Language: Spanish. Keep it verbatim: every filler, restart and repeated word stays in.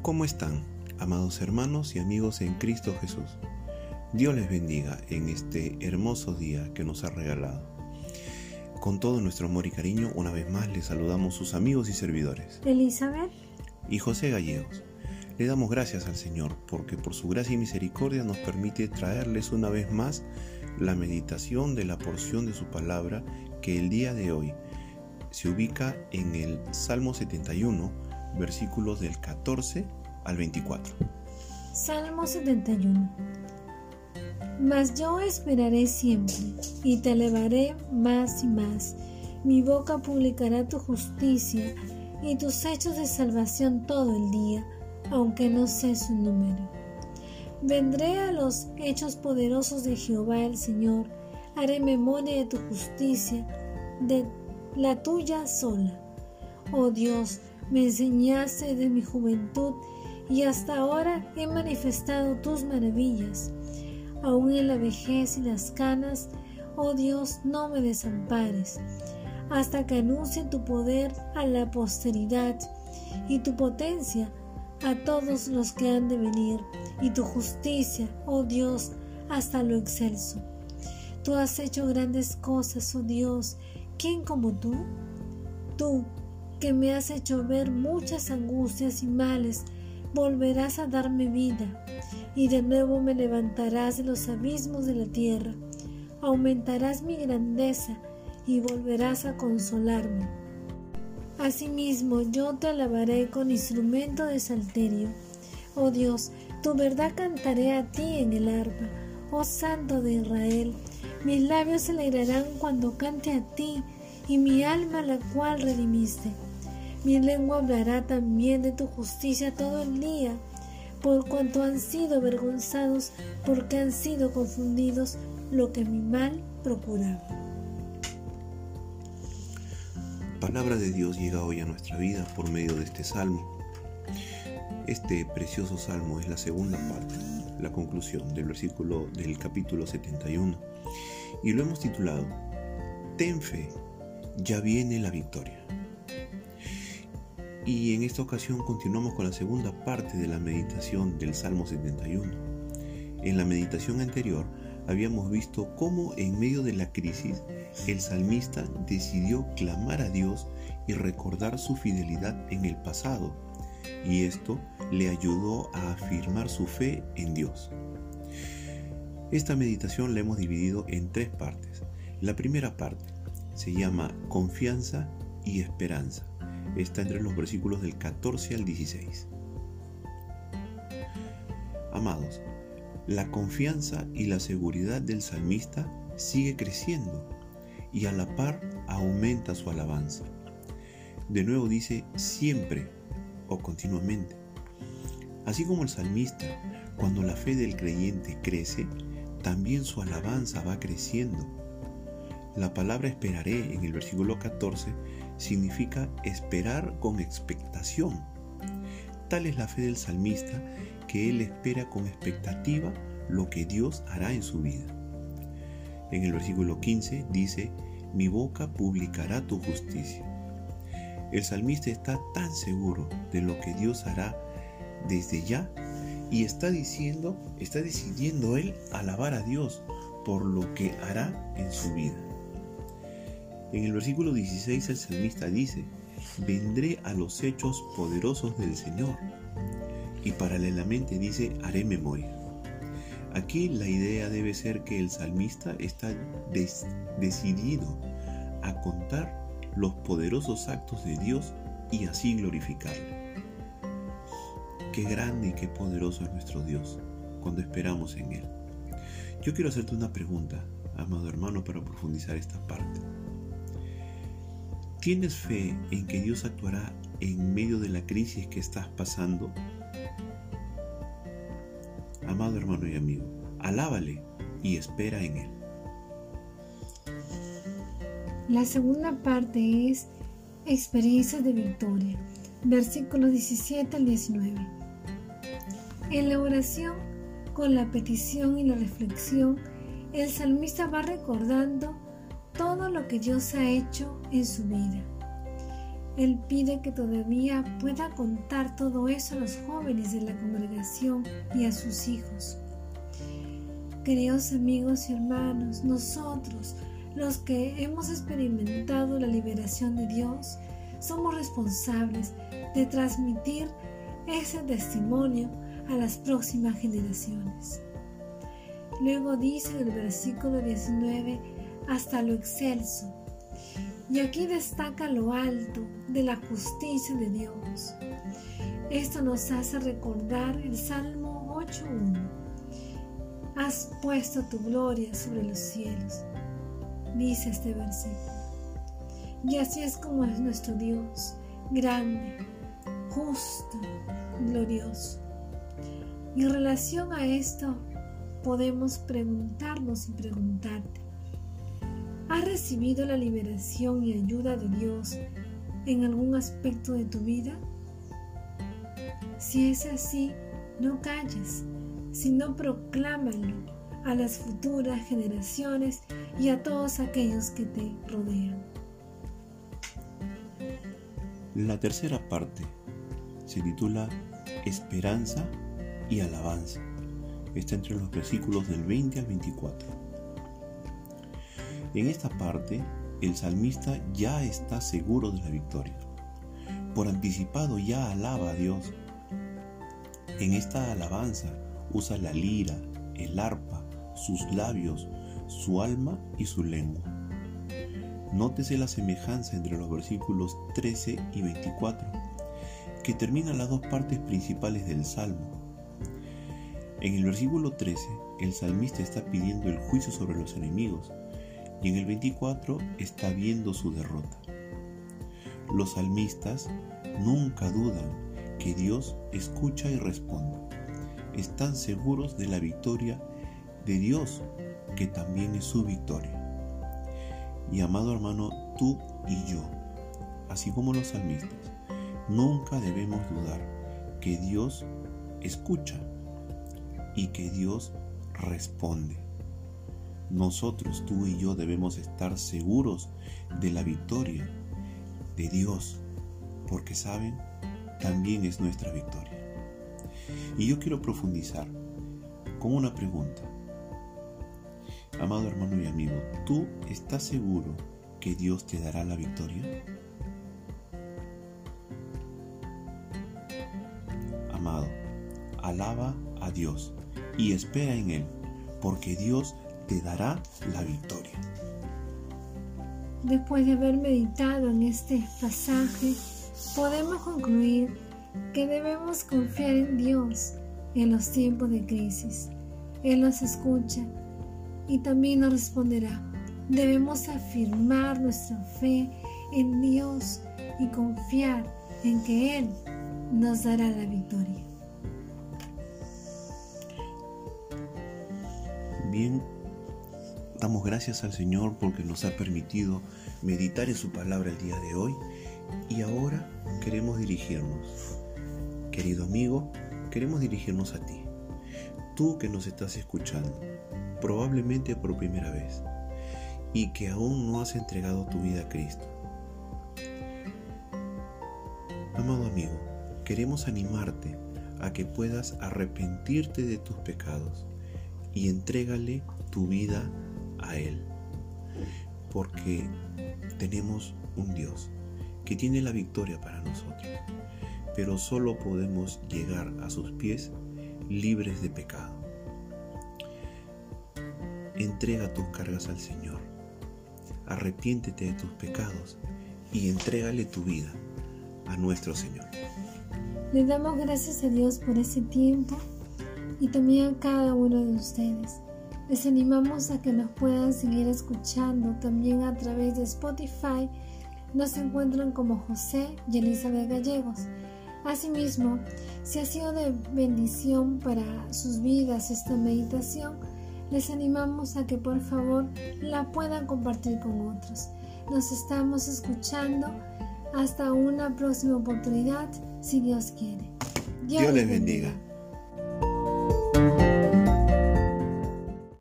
¿Cómo están, amados hermanos y amigos en Cristo Jesús? Dios les bendiga en este hermoso día que nos ha regalado. Con todo nuestro amor y cariño, una vez más les saludamos sus amigos y servidores, Elizabeth y José Gallegos. Le damos gracias al Señor porque por su gracia y misericordia nos permite traerles una vez más la meditación de la porción de su palabra que el día de hoy se ubica en el Salmo setenta y uno, versículos del catorce al veinticuatro. Salmo setenta y uno. Mas yo esperaré siempre, y te elevaré más y más. Mi boca publicará tu justicia, y tus hechos de salvación todo el día, aunque no sé su número. Vendré a los hechos poderosos de Jehová el Señor, haré memoria de tu justicia, de la tuya sola. Oh Dios, me enseñaste de mi juventud, y hasta ahora he manifestado tus maravillas. Aún en la vejez y las canas, oh Dios, no me desampares, hasta que anuncie tu poder a la posteridad, y tu potencia a todos los que han de venir, y tu justicia, oh Dios, hasta lo excelso. Tú has hecho grandes cosas, oh Dios, ¿quién como tú? Tú, que me has hecho ver muchas angustias y males, volverás a darme vida, y de nuevo me levantarás de los abismos de la tierra, aumentarás mi grandeza, y volverás a consolarme. Asimismo, yo te alabaré con instrumento de salterio. Oh Dios, tu verdad cantaré a ti en el arpa, oh Santo de Israel. Mis labios se alegrarán cuando cante a ti, y mi alma la cual redimiste. Mi lengua hablará también de tu justicia todo el día, por cuanto han sido avergonzados, porque han sido confundidos lo que mi mal procuraba. Palabra de Dios llega hoy a nuestra vida por medio de este salmo. Este precioso salmo es la segunda parte, la conclusión del versículo del capítulo setenta y uno, y lo hemos titulado Ten fe, ya viene la victoria. Y en esta ocasión continuamos con la segunda parte de la meditación del Salmo setenta y uno. En la meditación anterior habíamos visto cómo en medio de la crisis el salmista decidió clamar a Dios y recordar su fidelidad en el pasado, y esto le ayudó a afirmar su fe en Dios. Esta meditación la hemos dividido en tres partes. La primera parte se llama confianza y esperanza. Está entre los versículos del catorce al dieciséis. Amados, la confianza y la seguridad del salmista sigue creciendo y a la par aumenta su alabanza. De nuevo dice siempre o continuamente. Así como el salmista, cuando la fe del creyente crece, también su alabanza va creciendo. La palabra esperaré en el versículo catorce significa esperar con expectación. Tal es la fe del salmista que él espera con expectativa lo que Dios hará en su vida. En el versículo quince dice, mi boca publicará tu justicia. El salmista está tan seguro de lo que Dios hará desde ya y está diciendo, está decidiendo él alabar a Dios por lo que hará en su vida. En el versículo dieciséis el salmista dice, vendré a los hechos poderosos del Señor. Y paralelamente dice, haré memoria. Aquí la idea debe ser que el salmista está des- decidido a contar los poderosos actos de Dios y así glorificarle. Qué grande y qué poderoso es nuestro Dios cuando esperamos en Él. Yo quiero hacerte una pregunta, amado hermano, para profundizar esta parte. ¿Tienes fe en que Dios actuará en medio de la crisis que estás pasando? Amado hermano y amigo, alábale y espera en Él. La segunda parte es experiencias de victoria, versículos diecisiete al diecinueve. En la oración, con la petición y la reflexión, el salmista va recordando todo lo que Dios ha hecho en su vida. Él pide que todavía pueda contar todo eso a los jóvenes de la congregación y a sus hijos. Queridos amigos y hermanos, nosotros, los que hemos experimentado la liberación de Dios, somos responsables de transmitir ese testimonio a las próximas generaciones. Luego dice en el versículo diecinueve, hasta lo excelso. Y aquí destaca lo alto de la justicia de Dios. Esto nos hace recordar el Salmo ocho uno. Has puesto tu gloria sobre los cielos, dice este versículo. Y así es como es nuestro Dios, grande, justo, glorioso. Y en relación a esto, podemos preguntarnos y preguntarte, ¿has recibido la liberación y ayuda de Dios en algún aspecto de tu vida? Si es así, no calles, sino proclámalo a las futuras generaciones y a todos aquellos que te rodean. La tercera parte se titula Esperanza y Alabanza. Está entre los versículos del veinte al veinticuatro. En esta parte, el salmista ya está seguro de la victoria. Por anticipado ya alaba a Dios. En esta alabanza usa la lira, el arpa, sus labios, su alma y su lengua. Nótese la semejanza entre los versículos trece y veinticuatro, que terminan las dos partes principales del Salmo. En el versículo trece, el salmista está pidiendo el juicio sobre los enemigos, y en el veinticuatro está viendo su derrota. Los salmistas nunca dudan que Dios escucha y responde. Están seguros de la victoria de Dios, que también es su victoria. Y amado hermano, tú y yo, así como los salmistas, nunca debemos dudar que Dios escucha y que Dios responde. Nosotros, tú y yo, debemos estar seguros de la victoria de Dios, porque saben, también es nuestra victoria. Y yo quiero profundizar con una pregunta. Amado hermano y amigo, ¿tú estás seguro que Dios te dará la victoria? Amado, alaba a Dios y espera en Él, porque Dios te dará la victoria. Después de haber meditado en este pasaje, podemos concluir que debemos confiar en Dios en los tiempos de crisis. Él nos escucha y también nos responderá. Debemos afirmar nuestra fe en Dios y confiar en que Él nos dará la victoria. Bien, damos gracias al Señor porque nos ha permitido meditar en su palabra el día de hoy, y ahora queremos dirigirnos. Querido amigo, queremos dirigirnos a ti. Tú que nos estás escuchando, probablemente por primera vez, y que aún no has entregado tu vida a Cristo. Amado amigo, queremos animarte a que puedas arrepentirte de tus pecados y entrégale tu vida a Él, porque tenemos un Dios que tiene la victoria para nosotros, pero solo podemos llegar a sus pies libres de pecado. Entrega tus cargas al Señor, arrepiéntete de tus pecados y entrégale tu vida a nuestro Señor. Le damos gracias a Dios por ese tiempo y también a cada uno de ustedes. Les animamos a que nos puedan seguir escuchando también a través de Spotify. Nos encuentran como José y Elizabeth Gallegos. Asimismo, si ha sido de bendición para sus vidas esta meditación, les animamos a que por favor la puedan compartir con otros. Nos estamos escuchando. Hasta una próxima oportunidad, si Dios quiere. Dios, Dios les bendiga. bendiga.